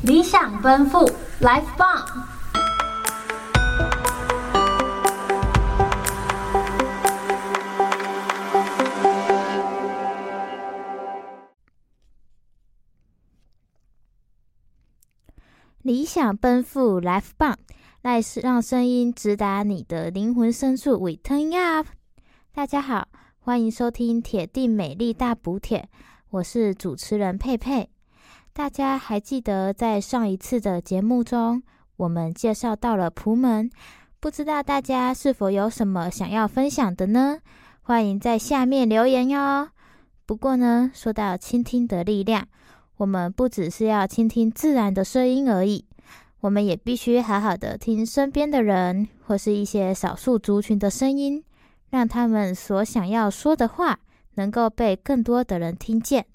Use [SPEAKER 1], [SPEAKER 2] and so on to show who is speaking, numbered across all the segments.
[SPEAKER 1] 理想奔赴 Life Bomb。
[SPEAKER 2] 理想奔赴 Life Bomb， 来让声音直达你的灵魂深处。We turn up。大家好，欢迎收听铁定美丽大补帖，我是主持人佩佩。大家还记得在上一次的节目中，我们介绍到了普门，不知道大家是否有什么想要分享的呢？欢迎在下面留言哟。不过呢，说到倾听的力量，我们不只是要倾听自然的声音而已，我们也必须好好的听身边的人或是一些少数族群的声音，让他们所想要说的话能够被更多的人听见。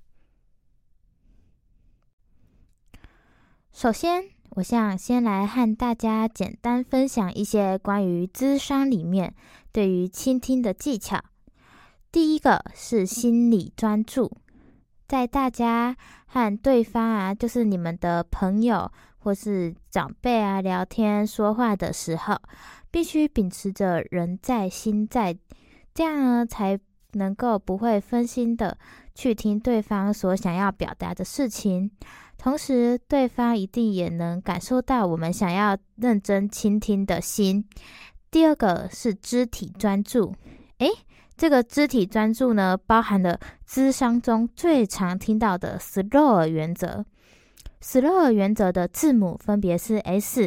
[SPEAKER 2] 首先，我想先来和大家简单分享一些关于諮商里面对于倾听的技巧。第一个是心理专注，在大家和对方就是你们的朋友或是长辈聊天说话的时候，必须秉持着人在心在，这样呢才能够不会分心的去听对方所想要表达的事情，同时对方一定也能感受到我们想要认真倾听的心。第二个是肢体专注，这个肢体专注呢，包含了諮商中最常听到的 SLOWR 原则。SLOWR 原则的字母分别是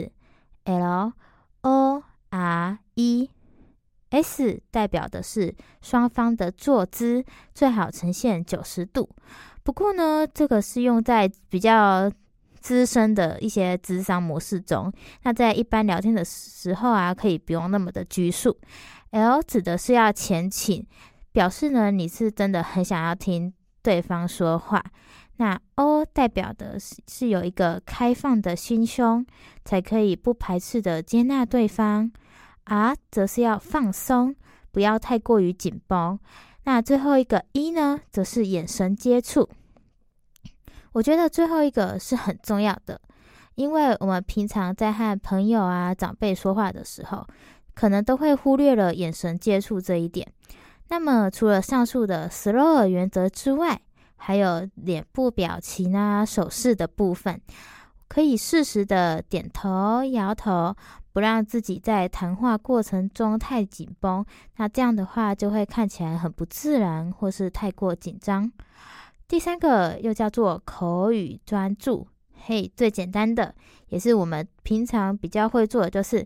[SPEAKER 2] S、L、O、R、E。S 代表的是双方的坐姿最好呈现90度。不过呢，这个是用在比较资深的一些諮商模式中，那在一般聊天的时候可以不用那么的拘束。L 指的是要前倾，表示呢你是真的很想要听对方说话。那 O 代表的是有一个开放的心胸，才可以不排斥的接纳对方。R 则是要放松，不要太过于紧绷。那最后一个 E 呢，则是眼神接触。我觉得最后一个是很重要的，因为我们平常在和朋友长辈说话的时候，可能都会忽略了眼神接触这一点。那么除了上述的 SLOWR 原则之外，还有脸部表情手势的部分，可以适时的点头摇头，不让自己在谈话过程中太紧绷，那这样的话就会看起来很不自然或是太过紧张。第三个又叫做口语专注，最简单的也是我们平常比较会做的就是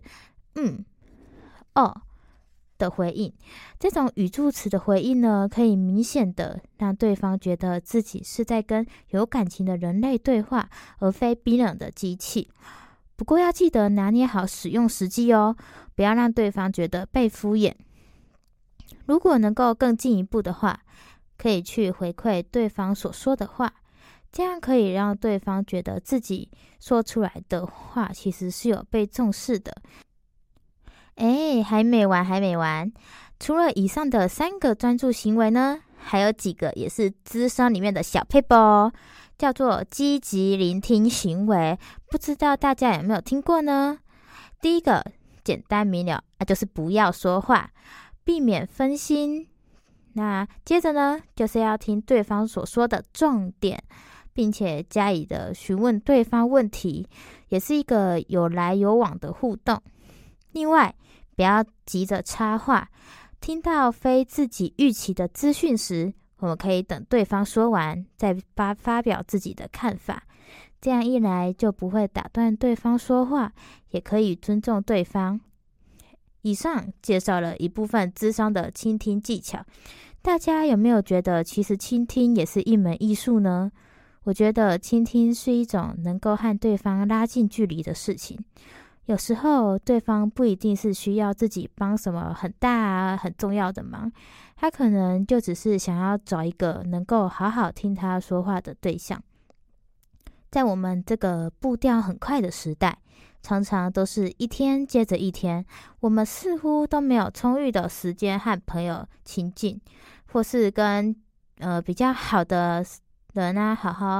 [SPEAKER 2] 的回应。这种语助词的回应呢，可以明显的让对方觉得自己是在跟有感情的人类对话，而非冰冷的机器。不过要记得拿捏好使用时机哦，不要让对方觉得被敷衍。如果能够更进一步的话，可以去回馈对方所说的话，这样可以让对方觉得自己说出来的话其实是有被重视的。还没完。除了以上的3个专注行为呢，还有几个也是諮商里面的小撇步哦，叫做积极聆听行为，不知道大家有没有听过呢？第一个简单明了，就是不要说话，避免分心。那接着呢，就是要听对方所说的重点，并且加以的询问对方问题，也是一个有来有往的互动。另外，不要急着插话，听到非自己预期的资讯时，我们可以等对方说完，再发表自己的看法。这样一来就不会打断对方说话，也可以尊重对方。以上介绍了一部分諮商的倾听技巧，大家有没有觉得其实倾听也是一门艺术呢？我觉得倾听是一种能够和对方拉近距离的事情。有时候对方不一定是需要自己帮什么很大很重要的忙，他可能就只是想要找一个能够好好听他说话的对象。在我们这个步调很快的时代，常常都是一天接着一天，我们似乎都没有充裕的时间和朋友亲近，或是跟比较好的人好好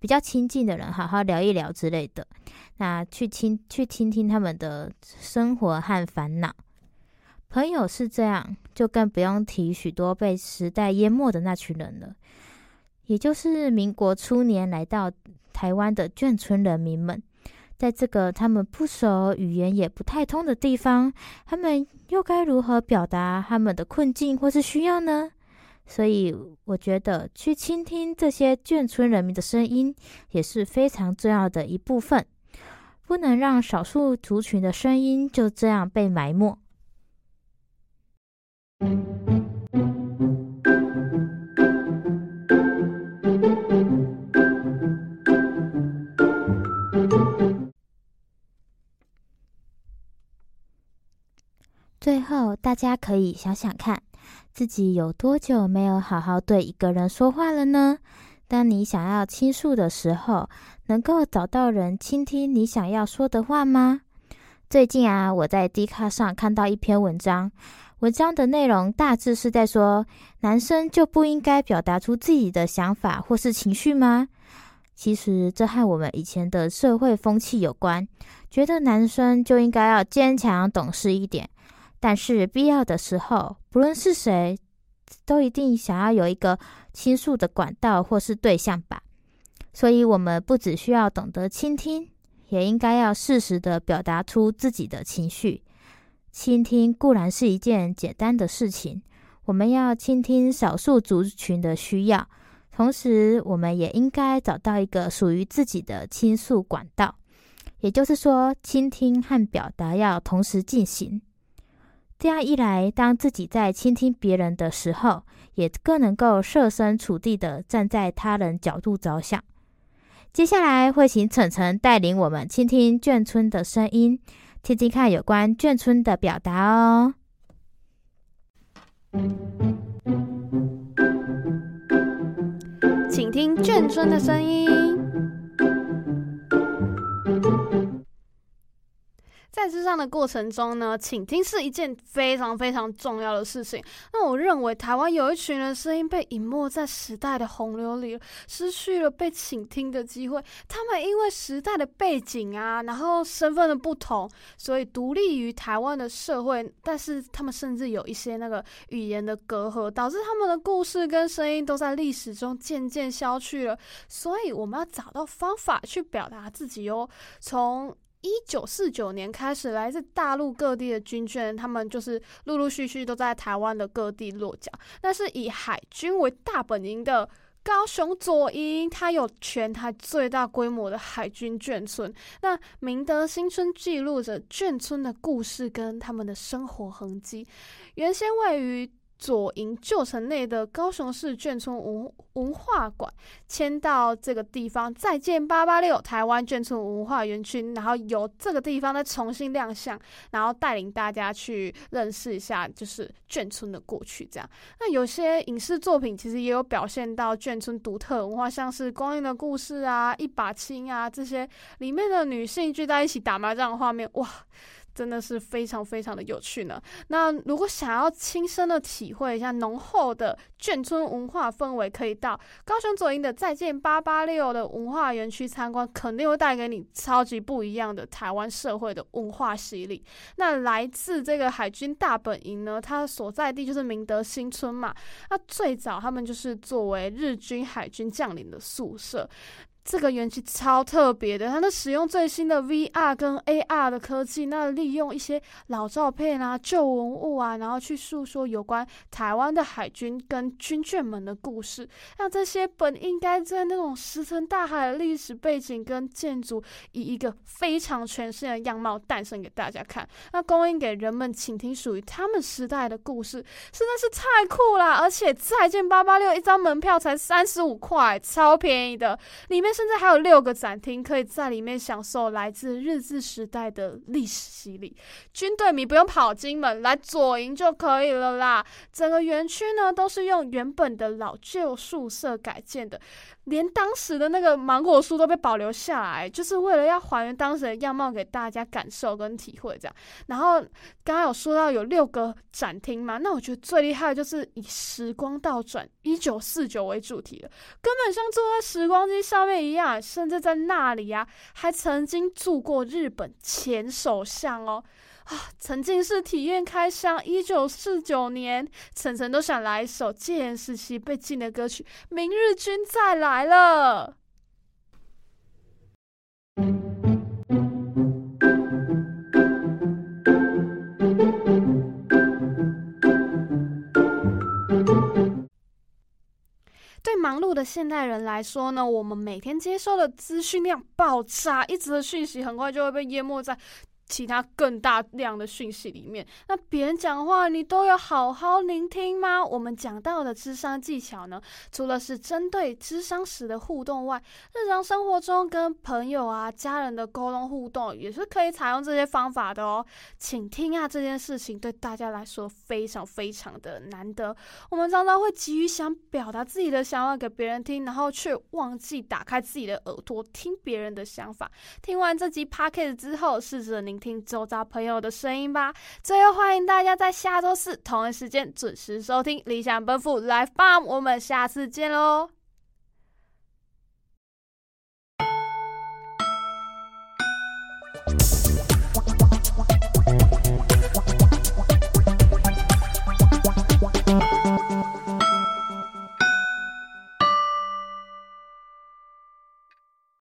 [SPEAKER 2] 比较亲近的人好好聊一聊之类的，那去倾听他们的生活和烦恼。朋友是这样，就更不用提许多被时代淹没的那群人了，也就是民国初年来到台湾的眷村人民们。在这个他们不熟、语言也不太通的地方，他们又该如何表达他们的困境或是需要呢？所以我觉得去倾听这些眷村人民的声音也是非常重要的一部分，不能让少数族群的声音就这样被埋没。最后，大家可以想想看，自己有多久没有好好对一个人说话了呢？当你想要倾诉的时候，能够找到人倾听你想要说的话吗？最近啊，我在 Dcard 上看到一篇文章的内容大致是在说，男生就不应该表达出自己的想法或是情绪吗？其实这和我们以前的社会风气有关，觉得男生就应该要坚强懂事一点，但是必要的时候，不论是谁，都一定想要有一个倾诉的管道或是对象吧。所以我们不只需要懂得倾听，也应该要适时的表达出自己的情绪。倾听固然是一件简单的事情，我们要倾听少数族群的需要，同时我们也应该找到一个属于自己的倾诉管道。也就是说，倾听和表达要同时进行。这样一来，当自己在倾听别人的时候，也更能够设身处地的站在他人角度着想。接下来会请晨晨带领我们倾听眷村的声音，听听看有关眷村的表达哦。
[SPEAKER 3] 请听眷村的声音。在这样的过程中呢，倾听是一件非常非常重要的事情。那我认为台湾有一群人声音被隐没在时代的洪流里，失去了被倾听的机会。他们因为时代的背景啊，然后身份的不同，所以独立于台湾的社会，但是他们甚至有一些那个语言的隔阂，导致他们的故事跟声音都在历史中渐渐消去了。所以我们要找到方法去表达自己哦。从1949年开始，来自大陆各地的军眷，他们就是陆陆续续都在台湾的各地落脚。但是以海军为大本营的高雄左营，它有全台最大规模的海军眷村。那明德新村记录着眷村的故事跟他们的生活痕迹。原先位于左营旧城内的高雄市眷村文化馆迁到这个地方，再建886台湾眷村文化园区，然后由这个地方再重新亮相，然后带领大家去认识一下就是眷村的过去这样。那有些影视作品其实也有表现到眷村独特文化，像是光阴的故事啊、一把青啊，这些里面的女性聚在一起打麻将的画面，哇，真的是非常非常的有趣呢。那如果想要亲身的体会一下浓厚的眷村文化氛围，可以到高雄左营的再见886的文化园区参观，肯定会带给你超级不一样的台湾社会的文化洗礼。那来自这个海军大本营呢，它所在地就是明德新村嘛。那最早他们就是作为日军海军将领的宿舍。这个园区超特别的，它的使用最新的 VR 跟 AR 的科技，那利用一些老照片啊、旧文物啊，然后去诉说有关台湾的海军跟军眷们的故事，让这些本应该在那种石沉大海的历史背景跟建筑，以一个非常全新的样貌诞生给大家看，那供应给人们倾听属于他们时代的故事，实在是太酷啦！而且再见886一张门票才35块，超便宜的，里面甚至还有6个展厅，可以在里面享受来自日治时代的历史洗礼。军队迷不用跑金门，来左营就可以了啦。整个园区呢都是用原本的老旧宿舍改建的，连当时的那个芒果树都被保留下来，就是为了要还原当时的样貌给大家感受跟体会这样。然后刚刚有说到有6个展厅嘛，那我觉得最厉害的就是以时光倒转1949为主题的，根本像坐在时光机上面一样，甚至在那里啊，还曾经住过日本前首相哦。沉浸式体验开箱，1949年，晨晨都想来一首戒严时期被禁的歌曲《明日君再来了》。对忙碌的现代人来说呢，我们每天接收的资讯量爆炸，一则的讯息很快就会被淹没在其他更大量的讯息里面。那别人讲话你都有好好聆听吗？我们讲到的諮商技巧呢，除了是针对諮商时的互动外，日常生活中跟朋友啊、家人的沟通互动也是可以采用这些方法的哦。倾听啊，这件事情对大家来说非常非常的难得。我们常常会急于想表达自己的想法给别人听，然后却忘记打开自己的耳朵听别人的想法。听完这集 Podcast 之后，试着聆听周遭朋友的声音吧。最后欢迎大家在下周四同一时间准时收听理想奔赴 Life Bomb， 我们下次见咯。